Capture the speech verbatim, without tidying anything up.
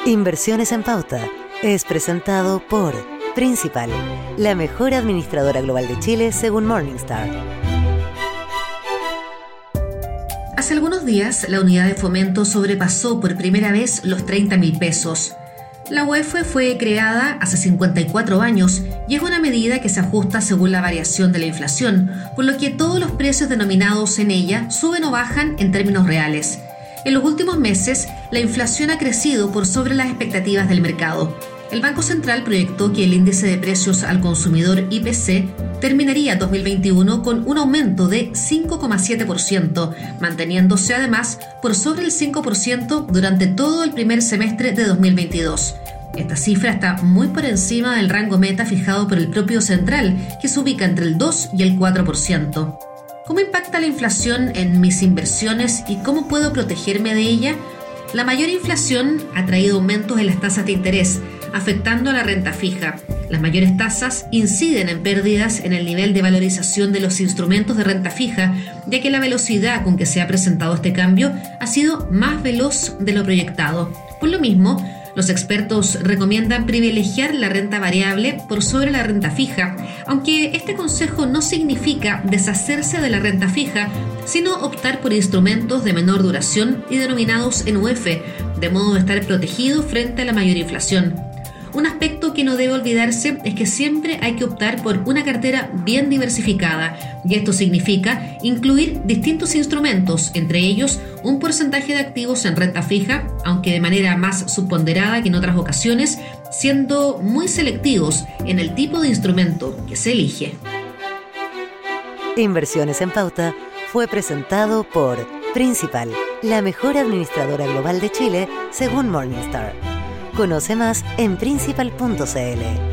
Inversiones en Pauta es presentado por Principal, la mejor administradora global de Chile según Morningstar. Hace algunos días, la unidad de fomento sobrepasó por primera vez los treinta mil pesos. La U E F fue creada hace cincuenta y cuatro años y es una medida que se ajusta según la variación de la inflación, por lo que todos los precios denominados en ella suben o bajan en términos reales. En los últimos meses, la inflación ha crecido por sobre las expectativas del mercado. El Banco Central proyectó que el índice de precios al consumidor I P C terminaría dos mil veintiuno con un aumento de cinco coma siete por ciento, manteniéndose además por sobre el cinco por ciento durante todo el primer semestre de dos mil veintidós. Esta cifra está muy por encima del rango meta fijado por el propio Central, que se ubica entre el dos y el cuatro por ciento. ¿Cómo impacta la inflación en mis inversiones y cómo puedo protegerme de ella? La mayor inflación ha traído aumentos en las tasas de interés, afectando a la renta fija. Las mayores tasas inciden en pérdidas en el nivel de valorización de los instrumentos de renta fija, ya que la velocidad con que se ha presentado este cambio ha sido más veloz de lo proyectado. Por lo mismo, los expertos recomiendan privilegiar la renta variable por sobre la renta fija, aunque este consejo no significa deshacerse de la renta fija, sino optar por instrumentos de menor duración y denominados en U E F, de modo de estar protegido frente a la mayor inflación. Un aspecto que no debe olvidarse es que siempre hay que optar por una cartera bien diversificada, y esto significa incluir distintos instrumentos, entre ellos un porcentaje de activos en renta fija, aunque de manera más subponderada que en otras ocasiones, siendo muy selectivos en el tipo de instrumento que se elige. Inversiones en Pauta fue presentado por Principal, la mejor administradora global de Chile según Morningstar. Conoce más en principal punto c l.